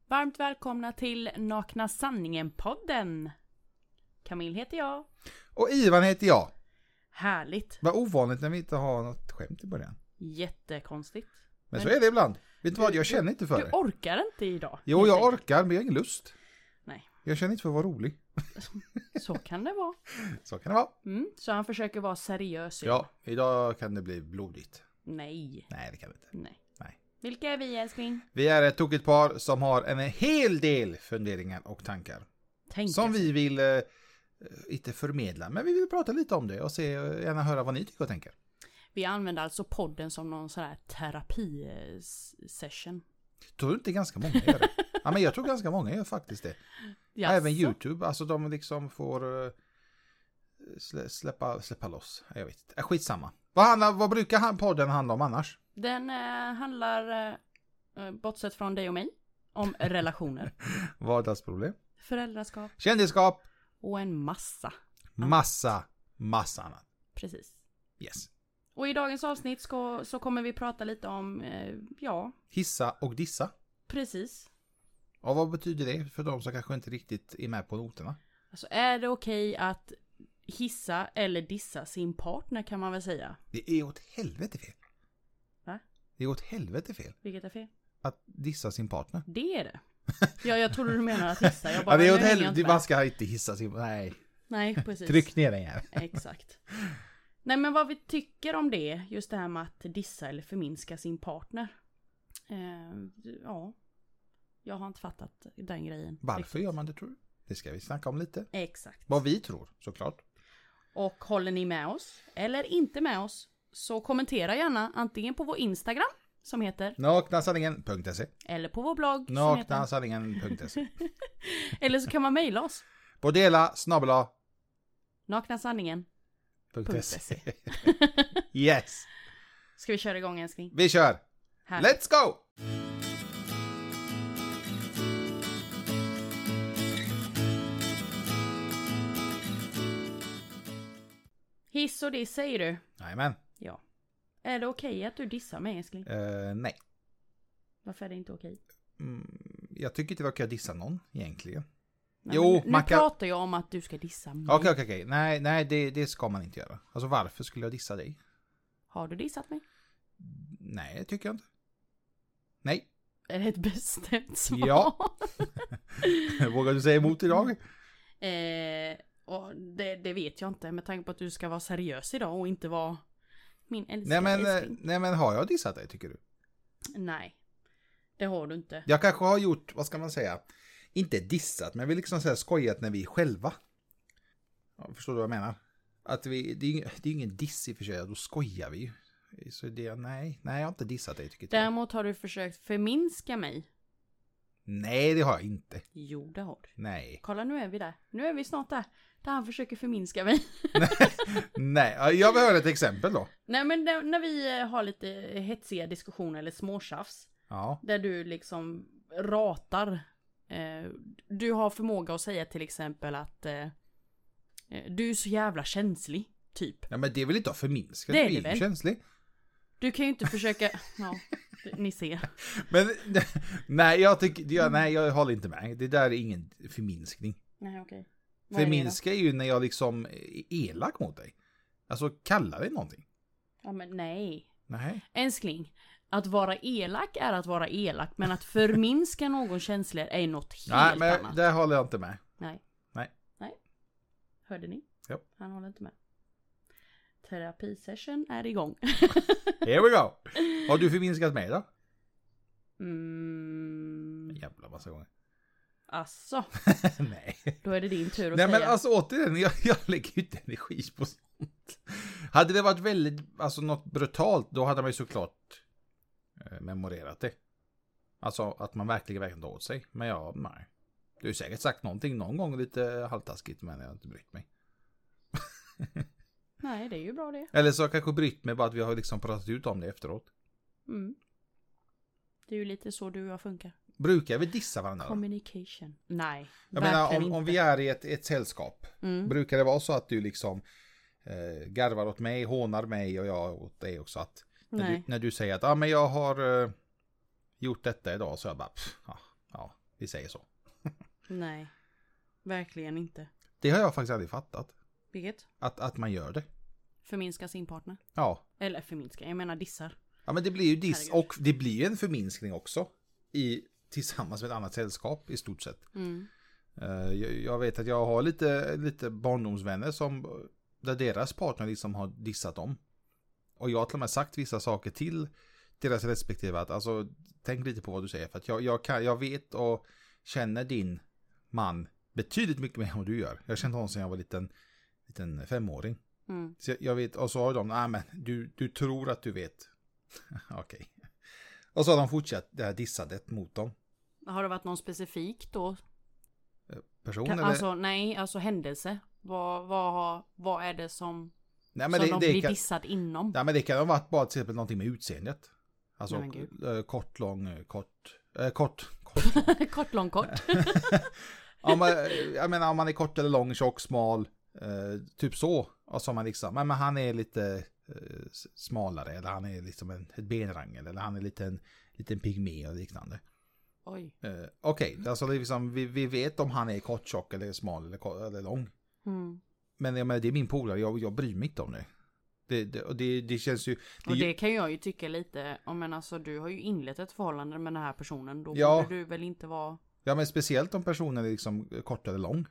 Varmt välkomna till Nakna sanningen-podden. Camille heter jag. Och Ivan heter jag. Härligt. Vad ovanligt när vi inte har något skämt i början. Jättekonstigt. Men så är det ibland. Vet du vad, jag känner inte för Du det. orkar inte idag. Jo, jag orkar, men jag har ingen lust. Nej. Jag känner inte för att vara rolig. Så kan det vara. Så kan det vara. Så han försöker vara seriös. Ja, idag kan det bli blodigt. Nej. Nej, det kan det inte. Nej. Nej. Vilka är vi, älskling? Vi är ett tokigt par som har en hel del funderingar och tankar. Som vi vill, inte förmedla, men vi vill prata lite om det och gärna höra vad ni tycker och tänker. Vi använder alltså podden som någon sån här terapisession. Tror du inte ganska många gör det? Ja, men jag tror ganska många gör faktiskt det. Jaså? Även YouTube, alltså de liksom får släppa loss. Jag vet inte. Skitsamma. Vad brukar podden handla om annars? Den handlar, bortsett från dig och mig, om relationer. Vardagsproblem. Föräldraskap. Kändisskap. Och en massa. Massa annat. Precis. Yes. Och i dagens avsnitt så kommer vi prata lite om, Hissa och dissa. Precis. Och vad betyder det för de som kanske inte riktigt är med på noterna? Alltså är det okej att hissa eller dissa sin partner, kan man väl säga? Det är åt helvete fel. Va? Det är åt helvete fel. Vilket är fel? Att dissa sin partner. Det är det. Ja, jag trodde du menar att hissa. Jag bara, Ja, det är åt nu hänger jag helvete. inte Man med. ska inte hissa sin... Nej, precis. Tryck ner den här. Exakt. Nej, men vad vi tycker om det, just det här med att dissa eller förminska sin partner. Ja, jag har inte fattat den grejen. Varför riktigt. gör man det, tror du? Det ska vi snacka om lite. Exakt. Vad vi tror, såklart. Och håller ni med oss eller inte med oss, så kommentera gärna antingen på vår Instagram som heter Naknasanningen.se eller på vår blogg som heter Naknasanningen.se eller så kan man mejla oss Bodela naknasanningen.se. Yes. Ska vi köra igång, älskling? Vi kör. Här. Let's go! Hiss och diss säger du? Jajamän. Ja. Är det okej att du dissar mig, älskling? Nej. Varför är det inte okej? Jag tycker inte det är okej att dissa någon, egentligen. Nej, Jo, nu man kan... pratar jag om att du ska dissa mig. Okej. Nej, det ska man inte göra. Alltså varför skulle jag dissa dig? Har du dissat mig? Nej, det tycker jag inte. Nej. Är det ett bestämt svar? Ja. Vågar du säga emot idag? Och det vet jag inte, med tanke på att du ska vara seriös idag och inte vara min älskade älskling. Nej, men har jag dissat dig, tycker du? Nej, det har du inte. Jag kanske har gjort, vad ska man säga, inte dissat, men vi liksom så här skojat när vi är själva. Ja, förstår du vad jag menar? Att det är ingen diss i och för sig, då skojar vi ju. Så nej, jag har inte dissat dig, tycker jag. Däremot har du försökt förminska mig. Nej, det har jag inte. Jo, det har du. Nej. Kolla, nu är vi där. Nu är vi snart där han försöker förminska mig. Nej, jag behöver ett exempel då. Nej, men när vi har lite hetsiga diskussioner eller småtjafs. Ja. Där du liksom ratar. Du har förmåga att säga till exempel att du är så jävla känslig, typ. Ja, men det är väl inte att förminska, Det är du det är väl? ju känslig. Du kan ju inte försöka... Ja, ni ser. Men nej, jag håller inte med. Det där är ingen förminskning. Nej, okej. Förminska är ju när jag liksom är elak mot dig. Alltså kallar dig någonting. Ja, men nej. Nej. Älskling, att vara elak är att vara elak, men att förminska någon känslor är något helt Nej, men annat. det håller jag inte med. Nej. Hörde ni? Ja. Han håller inte med. Terapisession är igång. Here we go. Har du förminskat mig då? Jävla massa gånger. Alltså, Nej. då är det din tur att Nej, säga. men alltså återigen, jag lägger ju inte energi på sånt. Hade det varit väldigt, alltså något brutalt, då hade man ju såklart memorerat det. Alltså att man verkligen tar åt sig. Men nej. Du har ju säkert sagt någonting någon gång lite halvtaskigt, men jag har inte brytt mig. Nej, det är ju bra det. Eller så har jag kanske brytt mig bara att vi har liksom pratat ut om det efteråt. Det är ju lite så du och jag funkar. Brukar vi dissa varandra? Communication. Nej, jag verkligen menar, om inte. vi är i ett sällskap. Brukar det vara så att du liksom garvar åt mig, hånar mig och jag åt dig också. Att när du säger att men jag har gjort detta idag, så jag bara, ja. Vi säger så. Nej, verkligen inte. Det har jag faktiskt aldrig fattat. Vilket? Att man gör det. Förminska sin partner. Ja. Eller förminska, jag menar dissar. Ja, men det blir ju diss. Herregud. Och det blir ju en förminskning också. Tillsammans med ett annat sällskap i stort sett. Jag vet att jag har lite barndomsvänner där deras partner liksom har dissat dem. Och jag har till och med sagt vissa saker till deras respektive att alltså, tänk lite på vad du säger. För att jag vet och känner din man betydligt mycket mer än vad du gör. Jag kände honom sedan jag var liten 5-åring. Så jag vet, och så har de, men du tror att du vet. Okej. Och så har de fortsatt det här dissadet mot dem. Har det varit någon specifik då? Person eller? Alltså nej, alltså händelse. Vad är det som Nej, men de blir dissad inom? Nej, men det kan ha varit bara till exempel någonting med utseendet. Alltså kort, lång, kort. Kort, lång, kort. Ja, men, jag menar om man är kort eller lång, tjock, smal. Typ så. Och så man liksom, men han är lite smalare. Eller han är liksom ett benrangel. Eller han är liten pygmé och liknande. Oj. Okej, alltså det är liksom, vi vet om han är kort, tjock eller smal eller lång. Men jag menar, det är min polare, jag bryr mig inte om det. Det känns ju... Och det kan jag ju tycka lite, men alltså du har ju inlett ett förhållande med den här personen, då ja, borde du väl inte vara... Ja, men speciellt om personen är liksom kort eller lång.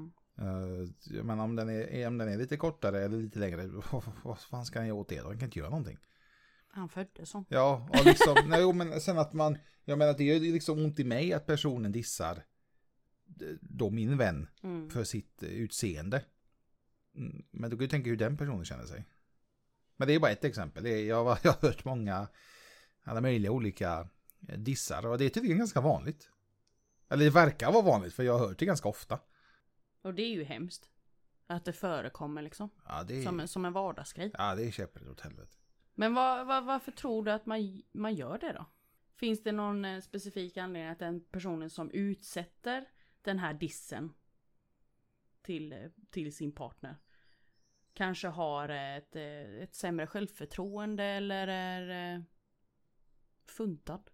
Men om den är lite kortare eller lite längre, vad fan ska han göra åt det? Han kan inte göra någonting. Han föddes så. Ja, och liksom, nej, men sen att man, jag menar, det är liksom ont i mig att personen dissar då min vän för sitt utseende. Men då kan du tänka hur den personen känner sig. Men det är bara ett exempel. Jag har hört många alla möjliga olika dissar och det tycker jag är ganska vanligt. Eller det verkar vara vanligt, för jag har hört det ganska ofta. Och det är ju hemskt. Att det förekommer liksom. Ja, det är... som en vardagsgrej. Ja, det är käpprätt åt helvete. Men varför tror du att man gör det då? Finns det någon specifik anledning att den personen som utsätter den här dissen till sin partner kanske har ett sämre självförtroende eller är funtad?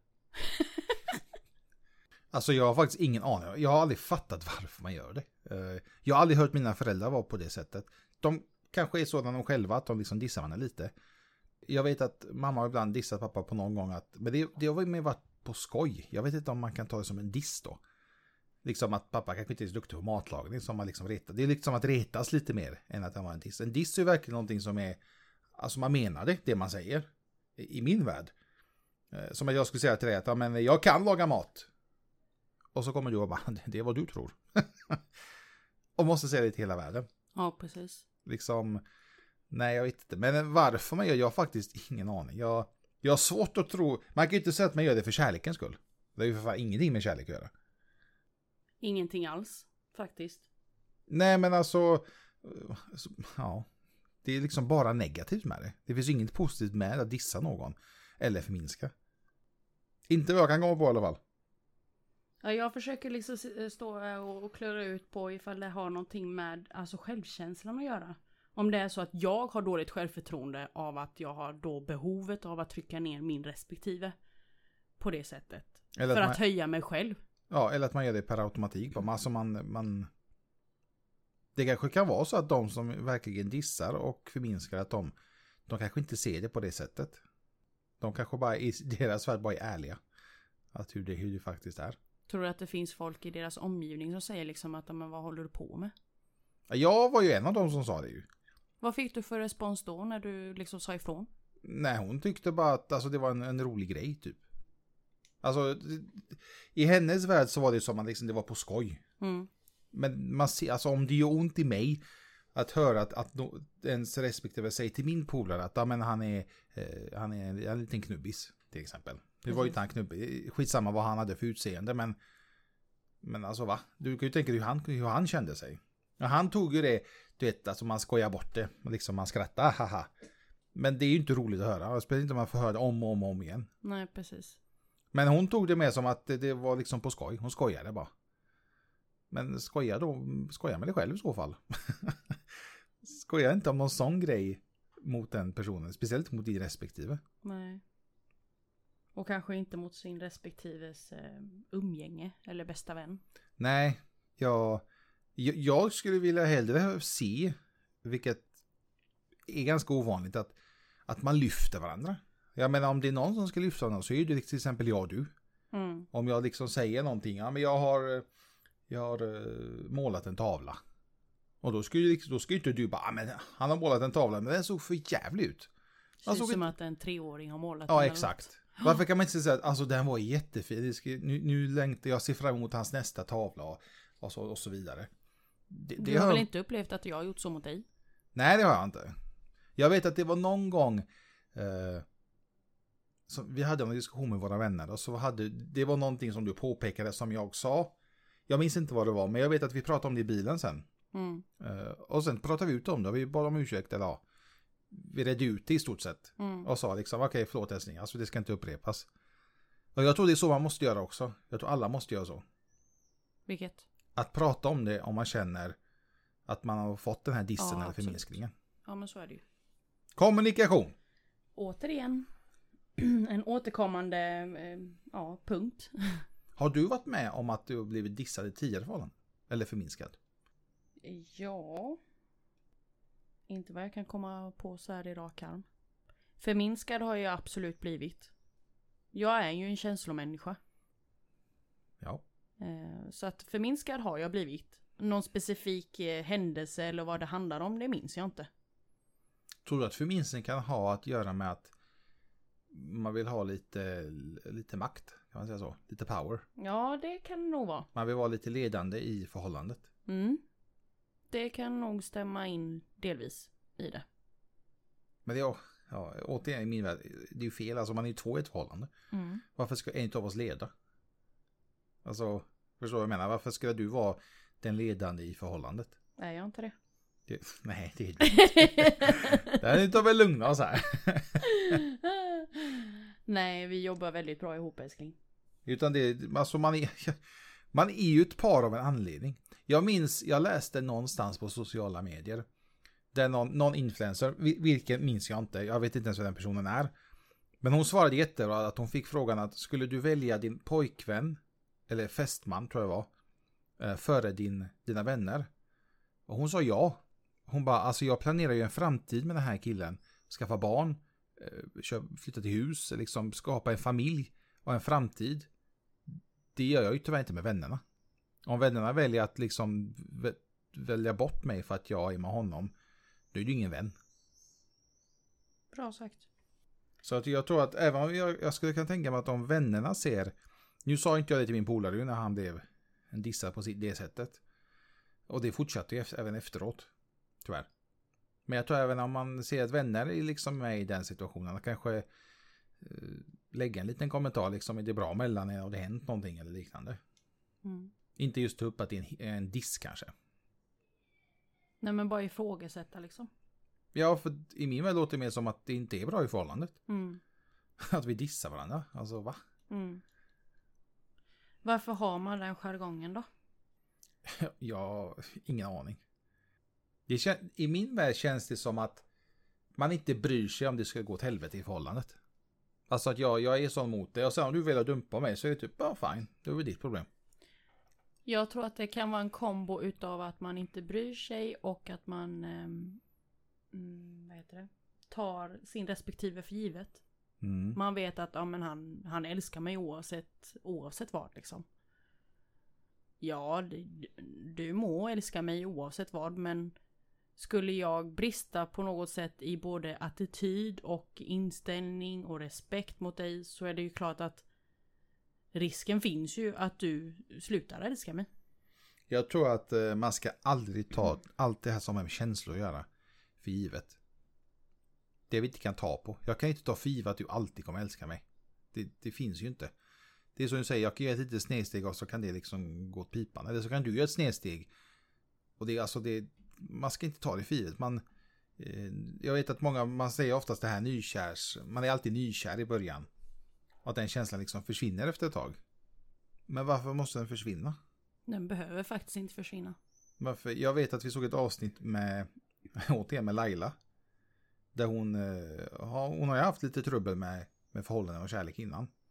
Alltså jag har faktiskt ingen aning. Jag har aldrig fattat varför man gör det. Jag har aldrig hört mina föräldrar vara på det sättet. De kanske är sådana de själva att de liksom dissar varandra lite. Jag vet att mamma har ibland dissat pappa på någon gång. Men det har mer varit på skoj. Jag vet inte om man kan ta det som en diss då. Liksom att pappa kanske inte är så duktig på matlagning som man liksom retar. Det är liksom att retas lite mer än att det var en diss. En diss är verkligen någonting som är, alltså man menar det man säger. I min värld. Som att jag skulle säga till dig att men jag kan laga mat. Och så kommer du och bara, det är vad du tror. Och måste säga det till hela världen. Ja, precis. Liksom, nej jag vet inte. Men varför man gör, jag har faktiskt ingen aning. Jag har svårt att tro, man kan ju inte säga att man gör det för kärlekens skull. Det är ju för fan ingenting med kärlek att göra. Ingenting alls, faktiskt. Nej, men alltså, ja. Det är liksom bara negativt med det. Det finns inget positivt med att dissa någon. Eller förminska. Inte vad jag kan gå på i alla fall. Ja, jag försöker liksom stå och klura ut på ifall det har någonting med alltså självkänslan att göra. Om det är så att jag har dåligt självförtroende av att jag har då behovet av att trycka ner min respektive på det sättet. Eller för att höja mig själv. Ja, eller att man gör det per automatik. Alltså det kanske kan vara så att de som verkligen dissar och förminskar att de kanske inte ser det på det sättet. De kanske bara i deras värld bara är ärliga. Att hur det faktiskt är. Tror du att det finns folk i deras omgivning som säger liksom att men vad håller du på med? Jag var ju en av dem som sa det ju. Vad fick du för respons då när du liksom sa ifrån? Nej, hon tyckte bara att alltså, det var en rolig grej typ. Alltså i hennes värld så var det som att liksom, det var på skoj. Men man ser, alltså om det gör ont i mig att höra att ens respektive säger till min polare att men han är en liten knubbis till exempel. Det var ju inte han knubbis. Skitsamma vad han hade för utseende, men alltså va? Du kan ju tänka hur han kände sig. Ja, han tog ju det, du vet, alltså man skojar bort det. Liksom man skrattar, haha. Men det är ju inte roligt att höra. Speciellt inte om man får höra det om igen. Nej, precis. Men hon tog det med som att det var liksom på skoj. Hon skojade bara. Men skoja med dig själv i så fall. Skoja inte om någon sån grej mot den personen. Speciellt mot din respektive. Nej. Och kanske inte mot sin respektives umgänge eller bästa vän. Nej, jag skulle vilja hellre se, vilket är ganska ovanligt, att man lyfter varandra. Jag menar, om det är någon som ska lyfta någon så är det till exempel jag och du. Mm. Om jag liksom säger någonting, ja men jag har målat en tavla. Och då ska ju inte du bara, men han har målat en tavla, men den såg för jävligt ut. Det ser ut som att en 3-åring har målat ja, den. Exakt. Varför kan man inte säga att alltså, den var jättefin, nu längtar jag, ser fram emot hans nästa tavla och så vidare. Du har väl inte upplevt att jag har gjort så mot dig? Nej, det har jag inte. Jag vet att det var någon gång så vi hade en diskussion med våra vänner och så det var någonting som du påpekade som jag sa. Jag minns inte vad det var, men jag vet att vi pratade om det i bilen sen. Mm. Och sen pratade vi ut om det. Vi bad om ursäkt eller vi redde ut det i stort sett. Och sa liksom, okej, förlåt älskling, alltså det ska inte upprepas. Och jag tror det är så man måste göra också. Jag tror alla måste göra så. Vilket? Att prata om det om man känner att man har fått den här dissen eller förminskningen. Ja, men så är det ju. Kommunikation. Återigen. En återkommande punkt. Har du varit med om att du har blivit dissad i tidigare förhållanden? Eller förminskad? Ja. Inte vad jag kan komma på så här i rak arm. Förminskad har jag absolut blivit. Jag är ju en känslomänniska. Ja. Så att förminskad har jag blivit. Någon specifik händelse eller vad det handlar om, det minns jag inte. Tror du att förminskning kan ha att göra med att man vill ha lite makt? Kan man säga så? Lite power? Ja, det kan nog vara. Man vill vara lite ledande i förhållandet. Mm. Det kan nog stämma in delvis i det. Men det är återigen i min värld, det är ju fel. Alltså man är ju två i ett förhållande. Mm. Varför ska en av oss leda? Alltså, förstår du vad jag menar? Varför ska du vara den ledande i förhållandet? Nej, jag är inte det. Nej, det är du inte. Det är inte väl lugna oss här. Nej, vi jobbar väldigt bra ihop, älskling. Utan alltså man är ju ett par av en anledning. Jag läste någonstans på sociala medier där någon influencer, vilken minns jag inte, jag vet inte ens vem den personen är. Men hon svarade jättebra att hon fick frågan att skulle du välja din pojkvän eller fästman tror jag var före dina vänner? Och hon sa ja. Hon bara, alltså jag planerar ju en framtid med den här killen. Skaffa barn, flytta till hus, liksom skapa en familj och en framtid. Det gör jag ju tyvärr inte med vännerna. Om vännerna väljer att liksom välja bort mig för att jag är med honom, då är det ju ingen vän. Bra sagt. Så att jag tror att även om jag skulle kunna tänka mig att om vännerna ser, nu sa inte jag det till min polare när han blev en dissad på det sättet. Och det fortsatte ju även efteråt. Tyvärr. Men jag tror även om man ser att vänner är liksom med i den situationen, kanske lägga en liten kommentar liksom, är det bra mellan er, har det hänt någonting eller liknande. Mm. Inte just ta upp att det är en diss kanske. Nej, men bara ifrågasätta liksom. Ja, för i min värld låter det mer som att det inte är bra i förhållandet. Mm. Att vi dissar varandra. Alltså, va? Mm. Varför har man den jargongen då? Ja, ingen aning. I min värld känns det som att man inte bryr sig om det ska gå åt helvete i förhållandet. Alltså att jag är sån mot det. Och sen om du vill dumpa mig så är det typ, ja fine, det är väl ditt problem. Jag tror att det kan vara en kombo utav att man inte bryr sig och att man tar sin respektive för givet. Mm. Man vet att ja, men han älskar mig oavsett vad liksom. Ja, du må älska mig oavsett vad, men skulle jag brista på något sätt i både attityd och inställning och respekt mot dig, så är det ju klart att risken finns ju att du slutar älska mig. Jag tror att man ska aldrig ta allt det här som har med känslor att göra för givet. Det vi inte kan ta på. Jag kan inte ta för givet att du alltid kommer älska mig. Det finns ju inte. Det är som du säger, jag kan göra ett litet snedsteg och så kan det liksom gå åt pipan. Eller så kan du göra ett snedsteg. Och det är alltså man ska inte ta det för givet. Jag vet att man säger oftast det här man är alltid nykär i början. Och att den känslan liksom försvinner efter ett tag. Men varför måste den försvinna? Den behöver faktiskt inte försvinna. Varför? Jag vet att vi såg ett avsnitt med Laila. Där hon har ju haft lite trubbel med förhållanden och kärlek innan.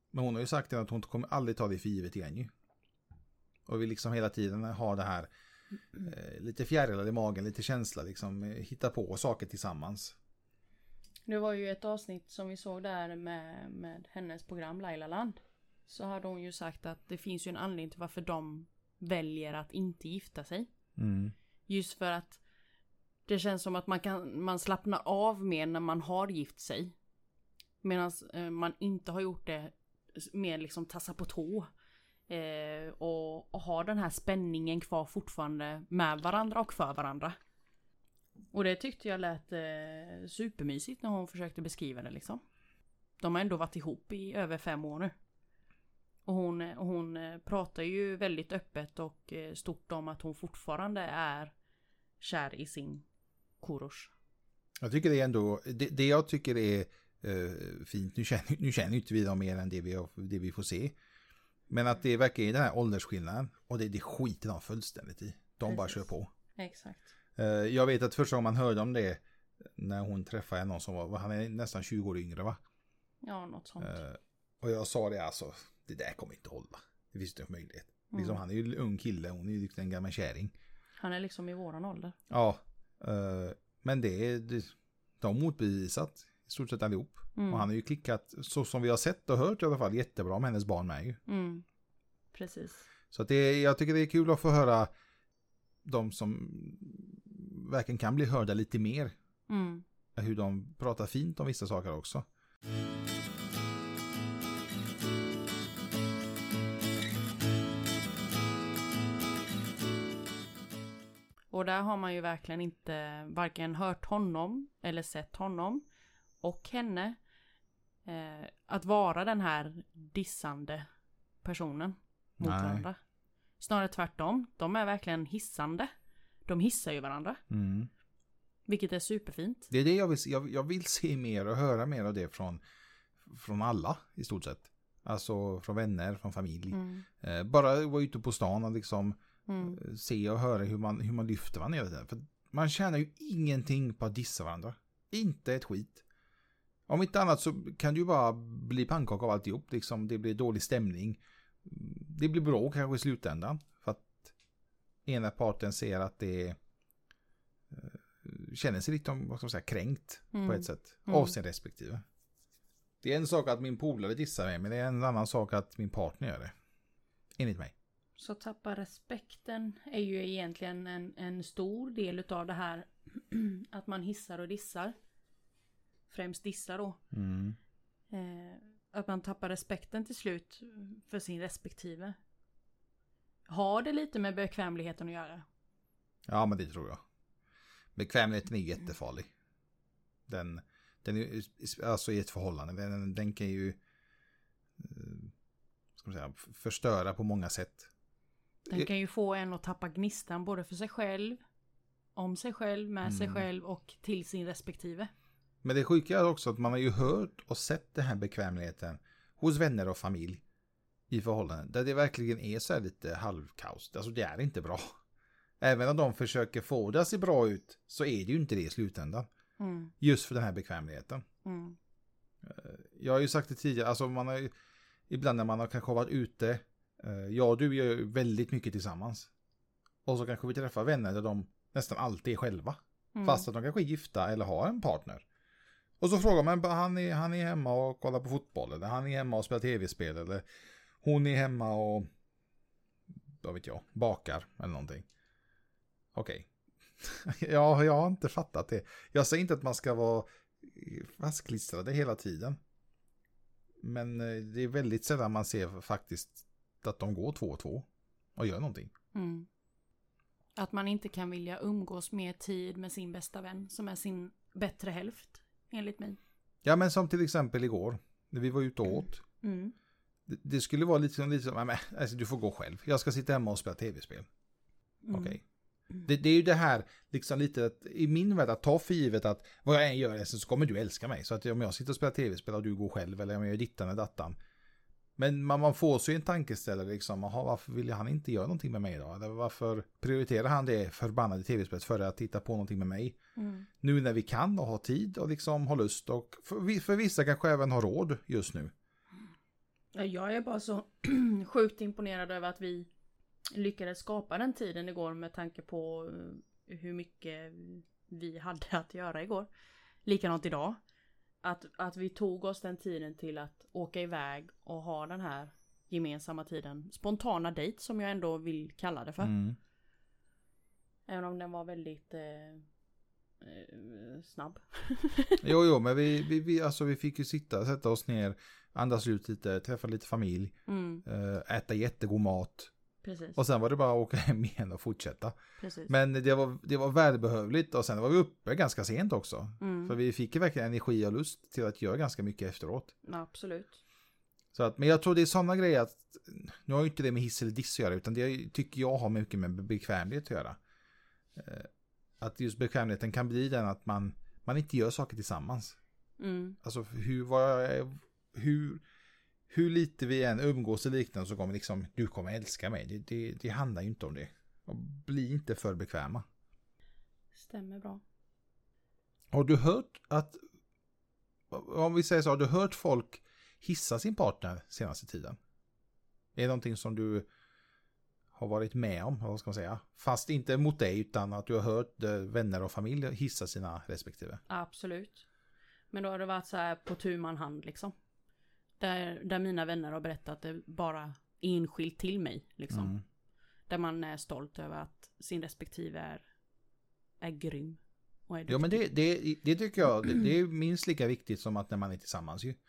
Men hon har ju sagt att hon kommer aldrig ta det för givet igen ju. Och vi liksom hela tiden har det här lite fjärilar i magen, lite känsla liksom, hitta på saker tillsammans. Det var ju ett avsnitt som vi såg där med hennes program Laila Land. Så hade hon ju sagt att det finns ju en anledning till varför de väljer att inte gifta sig. Mm. Just för att det känns som att man slappnar av mer när man har gift sig. Medan man inte har gjort det mer liksom tassa på tå. Och ha den här spänningen kvar fortfarande med varandra och för varandra. Och det tyckte jag lät supermysigt när hon försökte beskriva det liksom. De har ändå varit ihop i över 5 år nu. Och hon pratar ju väldigt öppet och stort om att hon fortfarande är kär i sin Korosh. Jag tycker det är ändå, det jag tycker är fint, nu känner inte vi dem mer än det vi får se. Men att det verkar i den här åldersskillnaden, och det skiter de fullständigt i. De bara kör på. Exakt. Jag vet att första gången man hörde om det, när hon träffade någon som var, han är nästan 20 år yngre va? Ja, något sånt. Och jag sa det alltså, det där kommer inte hålla. Det finns inte en möjlighet. Liksom, han är ju en ung kille, hon är ju en gammal kärring. Han är liksom i våran ålder. Ja, men de motbevisat i stort sett allihop. Och han har ju klickat, så som vi har sett och hört i alla fall, jättebra med hennes barn med ju. Precis. Så att jag tycker det är kul att få höra de som verkligen kan bli hörda lite mer. Hur de pratar fint om vissa saker också. Och där har man ju verkligen inte varken hört honom eller sett honom och henne att vara den här dissande personen mot varandra. Snarare tvärtom. De är verkligen hissande. De hissar ju varandra. Vilket är superfint. Det är det jag vill se mer och höra mer av det från alla i stort sett. Alltså från vänner, från familj. Bara vara ute på stan och liksom se och höra hur man lyfter varandra hela tiden. För man tjänar ju ingenting på att dissa varandra. Inte ett skit. Om inte annat så kan det ju bara bli pannkaka av alltihop. Liksom, det blir dålig stämning. Det blir bråk kanske i slutändan. För att ena parten ser att det känner sig lite, vad ska man säga, kränkt på ett sätt. Av sin respektive. Det är en sak att min polare dissar mig, men det är en annan sak att min partner gör det. Enligt mig. Så tappa respekten är ju egentligen en stor del av det här att man hissar och dissar. Främst dissar då. Att man tappar respekten till slut för sin respektive. Har det lite med bekvämligheten att göra? Ja, men det tror jag. Bekvämligheten är jättefarlig. Den är alltså i ett förhållande. Den kan ju ska man säga, förstöra på många sätt. Den kan ju få en att tappa gnistan både för sig själv, om sig själv, med sig själv och till sin respektive. Men det sjuka är också att man har ju hört och sett den här bekvämligheten hos vänner och familj i förhållanden där det verkligen är så här lite halvkaos. Alltså det är inte bra. Även om de försöker få det att se bra ut så är det ju inte det i slutändan. Just för den här bekvämligheten. Jag har ju sagt det tidigare, alltså man har ju, ibland när man har kanske varit ute, jag och du gör väldigt mycket tillsammans. Och så kanske vi träffar vänner där de nästan alltid är själva. Fast att de kanske är gifta eller har en partner. Och så frågar man, han är hemma och kollar på fotboll, eller han är hemma och spelar tv-spel, eller hon är hemma och vad vet jag, bakar eller någonting. Okej. Jag har inte fattat det. Jag säger inte att man ska vara fastklistrade hela tiden. Men det är väldigt sällan man ser faktiskt att de går 2-2 och gör någonting. Att man inte kan vilja umgås mer tid med sin bästa vän som är sin bättre hälft, enligt mig. Ja, men som till exempel igår när vi var ute och åt. Det skulle vara lite som alltså, du får gå själv. Jag ska sitta hemma och spela tv-spel. Okej. Det är ju det här liksom lite att, i min värld att ta för givet att vad jag än gör så kommer du älska mig. Så att om jag sitter och spelar tv-spel och du går själv, eller om jag gör dittan och dattan. Men man får så en tankeställare liksom, varför vill han inte göra någonting med mig då? Eller varför prioriterar han det förbannade tv-spelet för att titta på någonting med mig? Nu när vi kan och har tid och liksom har lust och för vissa kanske även har råd just nu. Ja, jag är bara så sjukt imponerad över att vi lyckades skapa den tiden igår med tanke på hur mycket vi hade att göra igår. Likadant idag. Att vi tog oss den tiden till att åka iväg och ha den här gemensamma tiden. Spontana dejt som jag ändå vill kalla det för. Mm. Även om den var väldigt snabb. Jo, men vi fick ju sätta oss ner, andas ut lite, träffa lite familj, äta jättegod mat. Precis. Och sen var det bara att åka hem igen och fortsätta. Precis. Men det var välbehövligt och sen var vi uppe ganska sent också. För vi fick ju verkligen energi och lust till att göra ganska mycket efteråt. Ja, absolut. Så att, men jag tror det är sådana grejer att, nu har ju inte det med hiss eller diss att göra, utan det tycker jag har mycket med bekvämlighet att göra. Att just bekvämligheten kan bli den att man inte gör saker tillsammans. Alltså hur lite vi än umgås i liknande så kommer liksom, du kommer älska mig. Det handlar ju inte om det. Och bli inte för bekväma. Stämmer bra. Har du hört att, om vi säger så, har du hört folk hissa sin partner senaste tiden? Är det någonting som du har varit med om, vad ska man säga? Fast inte mot dig, utan att du har hört vänner och familj hissa sina respektive. Absolut. Men då har det varit så här på tu man hand liksom. Där mina vänner har berättat det bara enskilt till mig liksom. Där man är stolt över att sin respektive är grym. Och är duktig. Ja, men det tycker jag, det är minst lika viktigt som att när man är tillsammans ju.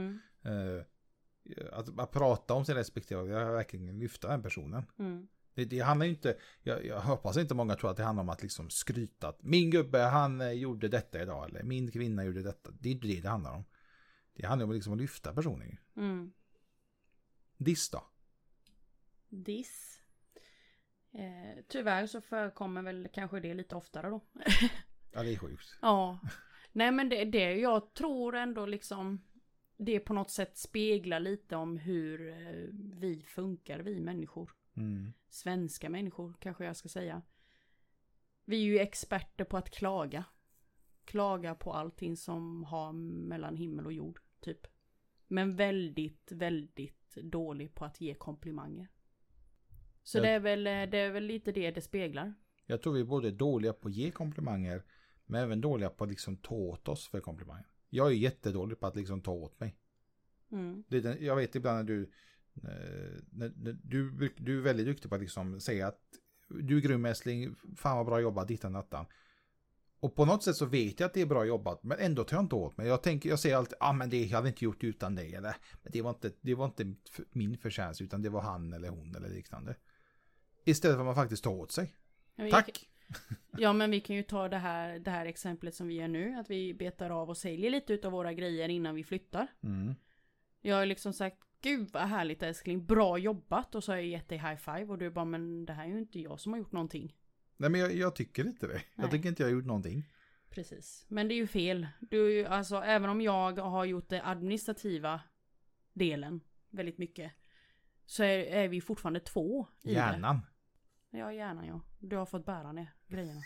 Att prata om sin respektive och verkligen lyfta den personen. Det handlar ju inte, jag hoppas inte många tror att det handlar om att liksom skryta att min gubbe han gjorde detta idag eller min kvinna gjorde detta. Det är inte det handlar om. Det handlar om liksom att lyfta personen. Diss då? Diss? Tyvärr så förekommer väl kanske det lite oftare då. Ja, det är sjukt. Ja. Nej, men det jag tror ändå liksom det på något sätt speglar lite om hur vi funkar, vi människor. Svenska människor kanske jag ska säga. Vi är ju experter på att klaga. Klaga på allting som har mellan himmel och jord, typ. Men väldigt, väldigt dålig på att ge komplimanger. Så det är väl lite det speglar. Jag tror vi är både dåliga på att ge komplimanger, men även dåliga på att liksom ta åt oss för komplimanger. Jag är jättedålig på att liksom ta åt mig. Jag vet ibland när du är väldigt duktig på att liksom säga att du är grym älskling, fan vad bra jobbat, dittan nattan. Och på något sätt så vet jag att det är bra jobbat, men ändå tar jag inte åt mig. Jag säger alltid, men det jag hade inte gjort utan det, eller men det var inte min förtjänst, utan det var han eller hon eller liknande. Istället för att man faktiskt tar åt sig. Tack! Ja, men vi kan ju ta det här exemplet som vi gör nu, att vi betar av och säljer lite utav våra grejer innan vi flyttar. Jag har liksom sagt, gud vad härligt älskling, bra jobbat, och så har jag gett dig high five och du bara, men det här är ju inte jag som har gjort någonting. Nej, men jag tycker inte det. Jag tycker inte jag har gjort någonting. Precis, men det är ju fel. Alltså, även om jag har gjort det administrativa delen väldigt mycket, så är vi fortfarande två i hjärnan. Det. Ja, hjärnan, ja. Du har fått bära ner grejerna.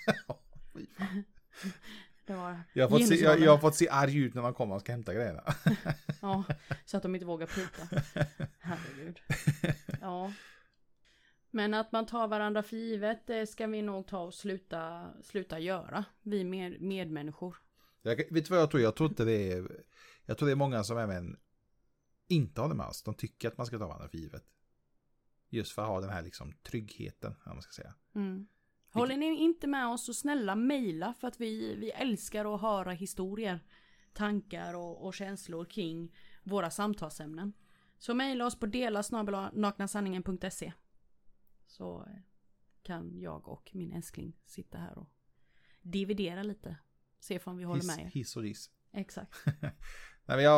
Jag har fått se arg ut när man kommer och ska hämta grejerna. Ja, så att de inte vågar pruta. Herregud. Ja. Men att man tar varandra för givet, det ska vi nog ta och sluta göra. Vi medmänniskor. Vet du vad jag tror? Jag tror det är många som även inte håller med oss. De tycker att man ska ta varandra för givet. Just för att ha den här liksom tryggheten, om man ska säga. Håller ni inte med oss så snälla mejla, för att vi älskar att höra historier, tankar och känslor kring våra samtalsämnen. Så mejla oss på dela@naknasanningen.se. Så kan jag och min älskling sitta här och dividera lite. Se om vi håller med er. Hiss och diss. Exakt. Nej, men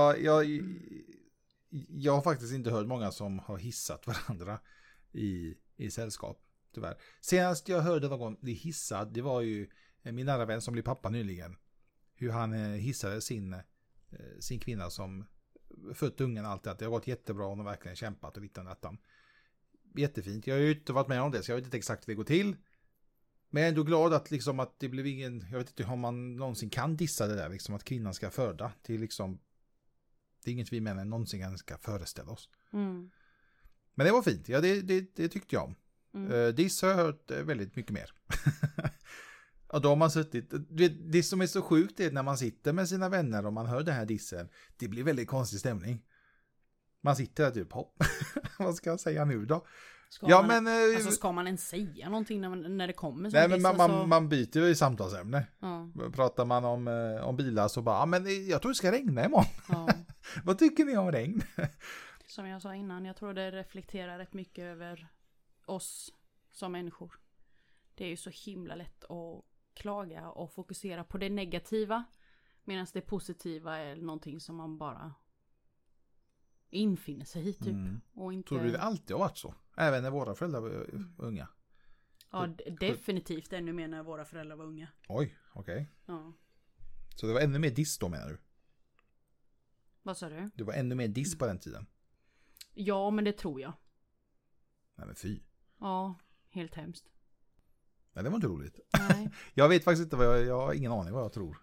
jag har faktiskt inte hört många som har hissat varandra i sällskap, tyvärr. Senast jag hörde någon bli hissad, det var ju min nära vän som blev pappa nyligen. Hur han hissade sin kvinna som fött ungen, allt det. Det har gått jättebra, hon har verkligen kämpat och dittan datan. Jättefint. Jag har ju inte varit med om det, så jag vet inte exakt hur det går till. Men jag är ändå glad att liksom att det blev ingen, jag vet inte om man någonsin kan dissa det där liksom, att kvinnan ska föda till liksom Det är inget vi män någonsin ska föreställa oss. Mm. Men det var fint. Ja, det tyckte jag om. Diss har jag hört väldigt mycket mer. Och då har man suttit. Det som är så sjukt är när man sitter med sina vänner och man hör den här dissen. Det blir väldigt konstig stämning. Man sitter där typ, hopp. Vad ska jag säga nu då? Ska man ens säga någonting när det kommer? Nej, men man byter ju i samtalsämne. Ja. Pratar man om bilar så bara, men jag tror det ska regna imorgon. Ja. Vad tycker ni om regn? Som jag sa innan, jag tror det reflekterar rätt mycket över oss som människor. Det är ju så himla lätt att klaga och fokusera på det negativa. Medan det positiva är någonting som man bara infinner sig i typ. Och inte... Tror du det alltid har varit så? Även när våra föräldrar var unga? Ja, definitivt ännu mer när våra föräldrar var unga. Oj, okej. Ja. Så det var ännu mer diss då, menar du? Vad sa du? Det var ännu mer diss på den tiden? Ja, men det tror jag. Nej, men fy. Ja, helt hemskt. Nej, det var inte roligt. Nej. Jag vet faktiskt inte jag har ingen aning vad jag tror.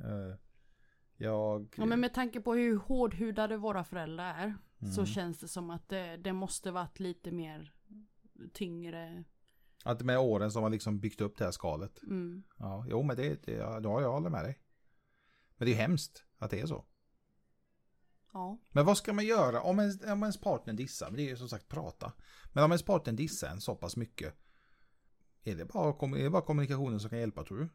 Ja, men med tanke på hur hårdhudade våra föräldrar är så känns det som att det måste varit lite mer tyngre. Att med åren som har liksom byggt upp det här skalet. Ja, jo, men jag håller med dig. Men det är hemskt att det är så. Ja. Men vad ska man göra om ens partner dissar? Det är ju som sagt prata. Men om ens partner dissar en så pass mycket, är det bara kommunikationen som kan hjälpa, tror du?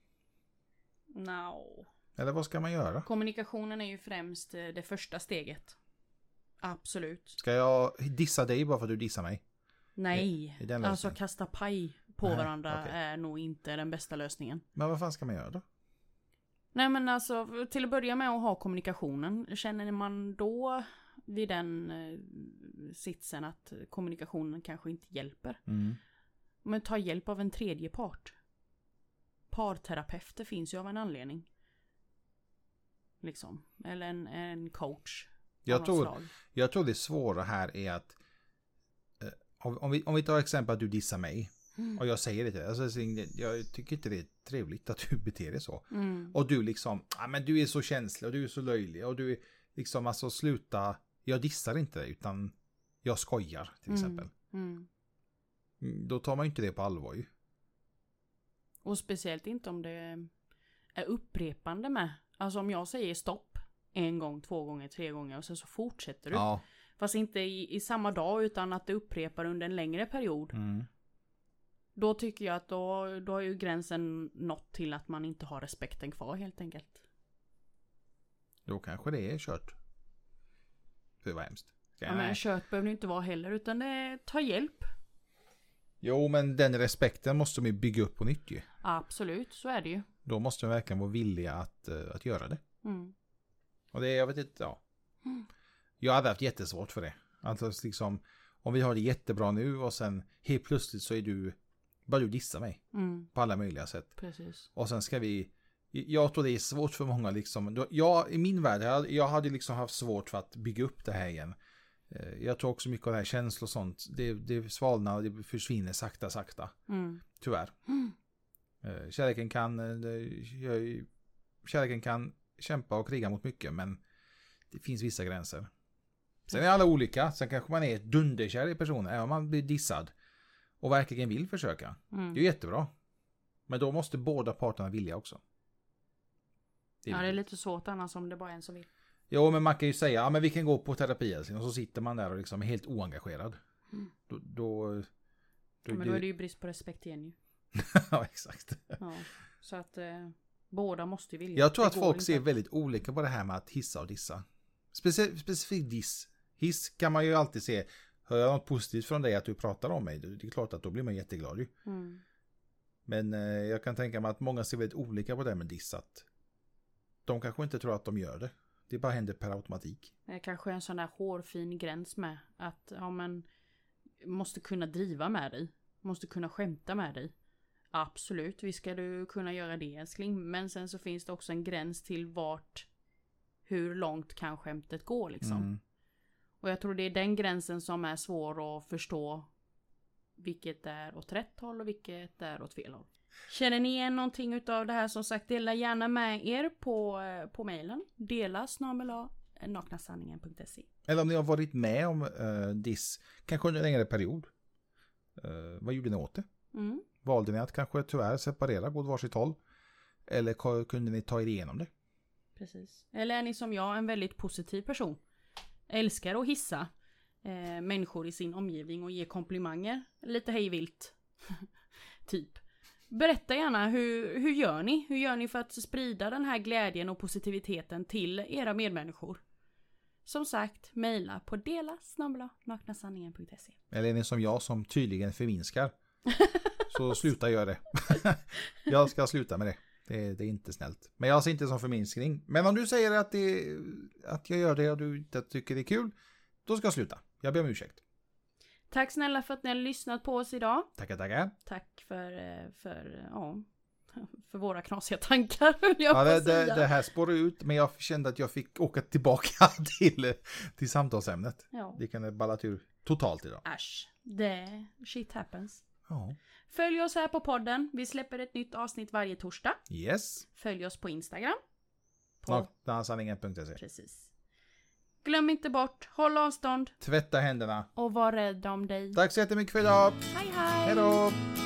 No. Eller vad ska man göra? Kommunikationen är ju främst det första steget. Absolut. Ska jag dissa dig bara för att du dissar mig? Nej. Alltså kasta paj på varandra är nog inte den bästa lösningen. Men vad fan ska man göra då? Nej, men alltså till att börja med att ha kommunikationen. Känner man då vid den sitsen att kommunikationen kanske inte hjälper? Men ta hjälp av en tredje part. Parterapeuter finns ju av en anledning. Liksom. Eller en coach. Jag tror det svåra här är att om vi tar exempel att du dissar mig och jag säger det till dig. Alltså, jag tycker inte det är trevligt att du beter dig så. Och du liksom, men du är så känslig och du är så löjlig och du är liksom, alltså sluta, jag dissar inte dig utan jag skojar till exempel. Då tar man ju inte det på allvar ju. Och speciellt inte om det är upprepande med. Alltså om jag säger stopp 1 gång, 2 gånger, 3 gånger och sen så fortsätter du. Ja. Fast inte i samma dag utan att det upprepar under en längre period. Då tycker jag att då har ju gränsen nått till att man inte har respekten kvar helt enkelt. Då kanske det är kört. Det var hemskt. Ja, men kört behöver det inte vara heller utan det tar hjälp. Jo, men den respekten måste man ju bygga upp på nytt ju. Absolut, så är det ju. Då måste man verkligen vara villiga att göra det. Och det, jag vet inte, ja. Jag hade haft jättesvårt för det. Alltså liksom, om vi har det jättebra nu och sen helt plötsligt så är bara du dissa mig. På alla möjliga sätt. Precis. Och sen ska jag tror det är svårt för många liksom. I min värld, jag hade liksom haft svårt för att bygga upp det här igen. Jag tror också mycket av det här känslor och sånt. Det svalnar och det försvinner sakta. Tyvärr. Kärleken kan kämpa och kriga mot mycket, men det finns vissa gränser. Sen är alla olika. Sen kanske man är dunderkär i personen, även om man blir dissad och verkligen vill försöka. Det är jättebra. Men då måste båda parterna vilja också. Det är lite svårt annars om det bara är en som vill. Jo, men man kan ju säga, men vi kan gå på terapi och så sitter man där och liksom är helt oengagerad. Men då är det ju brist på respekt igen ju. Ja, exakt. Ja, så att båda måste vilja. Jag tror att folk ser väldigt olika på det här med att hissa och dissa. Specifikt diss. Hiss kan man ju alltid se. Hör jag något positivt från dig att du pratar om mig, det är klart att då blir man jätteglad ju. Men jag kan tänka mig att många ser väldigt olika på det med dissat. De kanske inte tror att de gör det. Det bara händer per automatik. Det kanske är en sån där hårfin gräns med att måste kunna driva med dig. Måste kunna skämta med dig. Absolut, visst ska du kunna göra det, älskling. Men sen så finns det också en gräns till hur långt kan skämtet gå liksom. Och jag tror det är den gränsen som är svår att förstå. Vilket är åt rätt håll och vilket är åt fel håll. Känner ni igen någonting utav det här, som sagt, dela gärna med er på mejlen. Dela naknasanningen.se. Eller om ni har varit med om diss, kanske under en längre period. Vad gjorde ni åt det? Valde ni att kanske tyvärr separera, gå åt varsitt håll? Eller kunde ni ta er igenom det? Precis. Eller är ni som jag, en väldigt positiv person? Älskar att hissa människor i sin omgivning och ge komplimanger. Lite hejvilt. Typ. Berätta gärna, hur gör ni? Hur gör ni för att sprida den här glädjen och positiviteten till era medmänniskor? Som sagt, mejla på dela@naknasanningen.se. Eller är ni som jag som tydligen förminskar? Så sluta göra det. Jag ska sluta med det. Det är inte snällt. Men jag ser inte som förminskning. Men om du säger att jag gör det och du inte tycker det är kul, då ska jag sluta. Jag ber om ursäkt. Tack snälla för att ni har lyssnat på oss idag. Tackar. Tack för våra knasiga tankar. Det här spårar ut, men jag kände att jag fick åka tillbaka till samtalsämnet. Ja. Det kan ballat ur totalt idag. Äsch, shit happens. Ja. Följ oss här på podden. Vi släpper ett nytt avsnitt varje torsdag. Yes. Följ oss på Instagram. Naknasanningen.se. Precis. Glöm inte bort, håll avstånd. Tvätta händerna. Och var rädd om dig. Tack så jättemycket för idag. Hej hej. Hej då.